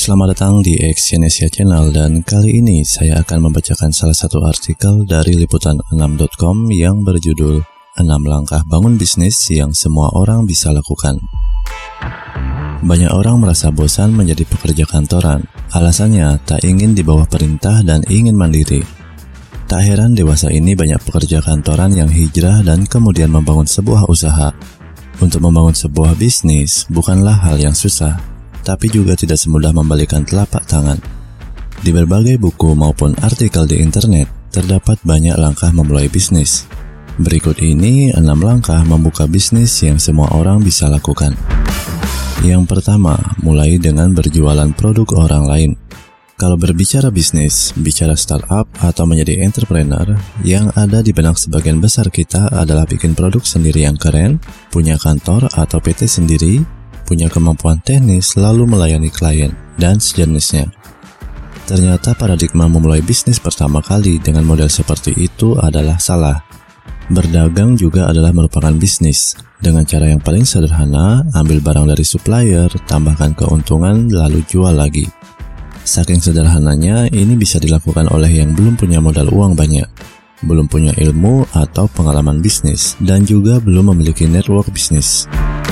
Selamat datang di Exyonesia Channel, dan kali ini saya akan membacakan salah satu artikel dari liputan6.com yang berjudul 6 langkah bangun bisnis yang semua orang bisa lakukan. Banyak orang merasa bosan menjadi pekerja kantoran. Alasannya tak ingin di bawah perintah dan ingin mandiri. Tak heran dewasa ini banyak pekerja kantoran yang hijrah dan kemudian membangun sebuah usaha. Untuk membangun sebuah bisnis bukanlah hal yang susah, tapi juga tidak semudah membalikan telapak tangan. Di berbagai buku maupun artikel di internet, terdapat banyak langkah memulai bisnis. Berikut ini 6 langkah membuka bisnis yang semua orang bisa lakukan. Yang pertama, mulai dengan berjualan produk orang lain. Kalau berbicara bisnis, bicara startup atau menjadi entrepreneur, yang ada di benak sebagian besar kita adalah bikin produk sendiri yang keren, punya kantor atau PT sendiri, punya kemampuan teknis, lalu melayani klien, dan sejenisnya. Ternyata paradigma memulai bisnis pertama kali dengan model seperti itu adalah salah. Berdagang juga adalah merupakan bisnis. Dengan cara yang paling sederhana, ambil barang dari supplier, tambahkan keuntungan, lalu jual lagi. Saking sederhananya, ini bisa dilakukan oleh yang belum punya modal uang banyak, belum punya ilmu atau pengalaman bisnis, dan juga belum memiliki network bisnis.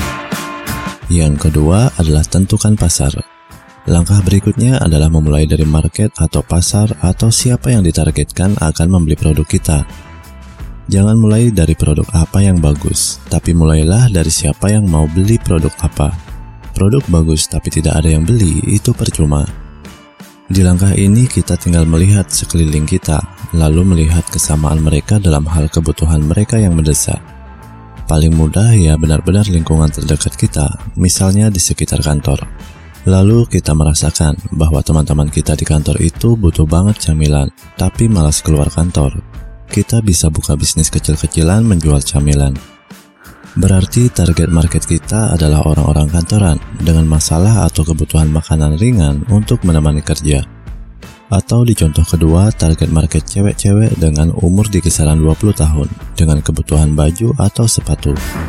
Yang kedua adalah tentukan pasar. Langkah berikutnya adalah memulai dari market atau pasar atau siapa yang ditargetkan akan membeli produk kita. Jangan mulai dari produk apa yang bagus, tapi mulailah dari siapa yang mau beli produk apa. Produk bagus tapi tidak ada yang beli, itu percuma. Di langkah ini kita tinggal melihat sekeliling kita, lalu melihat kesamaan mereka dalam hal kebutuhan mereka yang mendesak. Paling mudah ya benar-benar lingkungan terdekat kita, misalnya di sekitar kantor. Lalu kita merasakan bahwa teman-teman kita di kantor itu butuh banget camilan, tapi malas keluar kantor. Kita bisa buka bisnis kecil-kecilan menjual camilan. Berarti target market kita adalah orang-orang kantoran dengan masalah atau kebutuhan makanan ringan untuk menemani kerja. Atau di contoh kedua, target market cewek-cewek dengan umur di kisaran 20 tahun dengan kebutuhan baju atau sepatu.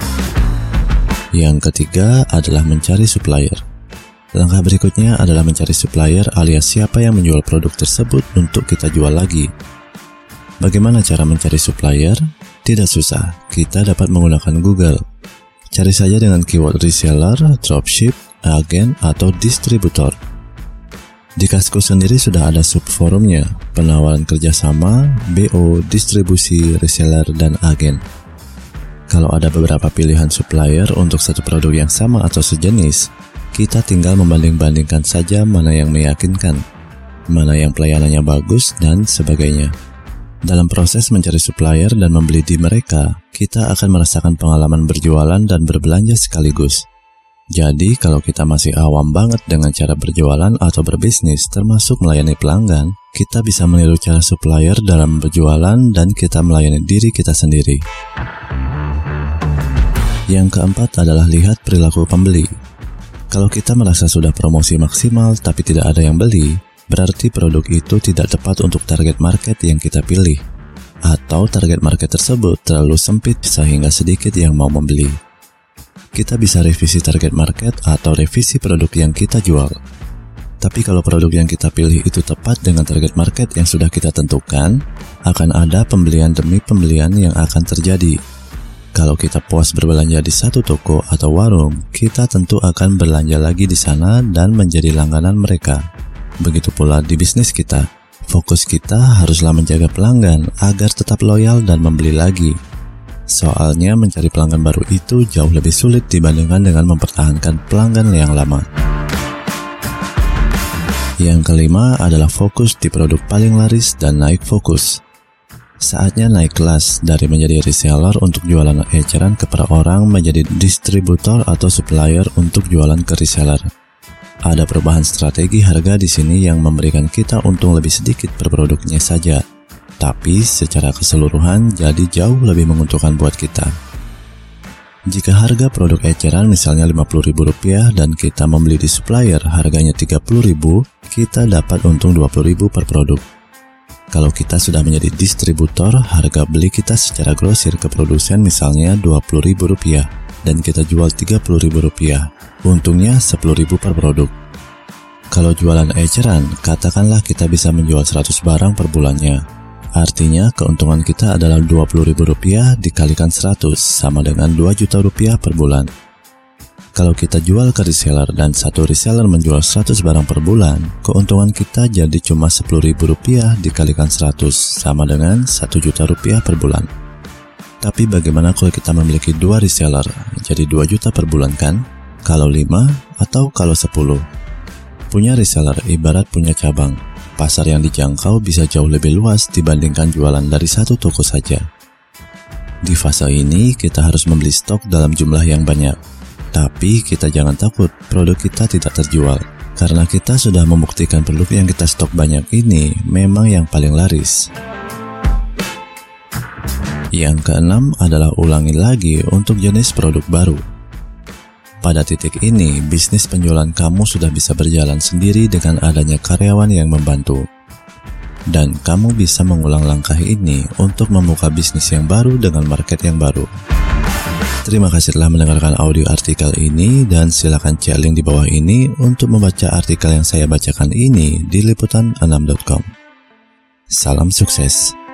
Yang ketiga adalah mencari supplier. Langkah berikutnya adalah mencari supplier alias siapa yang menjual produk tersebut untuk kita jual lagi. Bagaimana cara mencari supplier? Tidak susah, kita dapat menggunakan Google. Cari saja dengan keyword reseller, dropship, agen, atau distributor. Di Kaskus sendiri sudah ada subforumnya, penawaran kerjasama, BO, distribusi, reseller, dan agen. Kalau ada beberapa pilihan supplier untuk satu produk yang sama atau sejenis, kita tinggal membanding-bandingkan saja mana yang meyakinkan, mana yang pelayanannya bagus, dan sebagainya. Dalam proses mencari supplier dan membeli di mereka, kita akan merasakan pengalaman berjualan dan berbelanja sekaligus. Jadi, kalau kita masih awam banget dengan cara berjualan atau berbisnis, termasuk melayani pelanggan, kita bisa meniru cara supplier dalam berjualan dan kita melayani diri kita sendiri. Yang keempat adalah lihat perilaku pembeli. Kalau kita merasa sudah promosi maksimal tapi tidak ada yang beli, berarti produk itu tidak tepat untuk target market yang kita pilih. Atau target market tersebut terlalu sempit sehingga sedikit yang mau membeli. Kita bisa revisi target market atau revisi produk yang kita jual. Tapi kalau produk yang kita pilih itu tepat dengan target market yang sudah kita tentukan, akan ada pembelian demi pembelian yang akan terjadi. Kalau kita puas berbelanja di satu toko atau warung, kita tentu akan berlanja lagi di sana dan menjadi langganan mereka. Begitu pula di bisnis kita. Fokus kita haruslah menjaga pelanggan agar tetap loyal dan membeli lagi. Soalnya mencari pelanggan baru itu jauh lebih sulit dibandingkan dengan mempertahankan pelanggan yang lama. Yang kelima adalah fokus di produk paling laris dan naik fokus. Saatnya naik kelas dari menjadi reseller untuk jualan eceran ke para orang menjadi distributor atau supplier untuk jualan ke reseller. Ada perubahan strategi harga di sini yang memberikan kita untung lebih sedikit per produknya saja. Tapi secara keseluruhan jadi jauh lebih menguntungkan buat kita. Jika harga produk eceran misalnya Rp50.000 dan kita membeli di supplier harganya Rp30.000, kita dapat untung Rp20.000 per produk. Kalau kita sudah menjadi distributor, harga beli kita secara grosir ke produsen misalnya Rp20.000 dan kita jual Rp30.000, untungnya Rp10.000 per produk. Kalau jualan eceran, katakanlah kita bisa menjual 100 barang per bulannya. Artinya keuntungan kita adalah Rp20.000 dikalikan 100 sama dengan Rp2.000.000 per bulan. Kalau kita jual ke reseller dan satu reseller menjual 100 barang per bulan, keuntungan kita jadi cuma Rp10.000 dikalikan 100 sama dengan Rp1.000.000 per bulan. Tapi bagaimana kalau kita memiliki 2 reseller, jadi 2 juta per bulan kan? Kalau 5 atau kalau 10? Punya reseller ibarat punya cabang. Pasar yang dijangkau bisa jauh lebih luas dibandingkan jualan dari satu toko saja. Di fase ini kita harus membeli stok dalam jumlah yang banyak. Tapi kita jangan takut produk kita tidak terjual, karena kita sudah membuktikan produk yang kita stok banyak ini memang yang paling laris. Yang keenam adalah ulangi lagi untuk jenis produk baru. Pada titik ini, bisnis penjualan kamu sudah bisa berjalan sendiri dengan adanya karyawan yang membantu. Dan kamu bisa mengulang langkah ini untuk membuka bisnis yang baru dengan market yang baru. Terima kasih telah mendengarkan audio artikel ini dan silakan cek link di bawah ini untuk membaca artikel yang saya bacakan ini di liputan6.com. Salam sukses.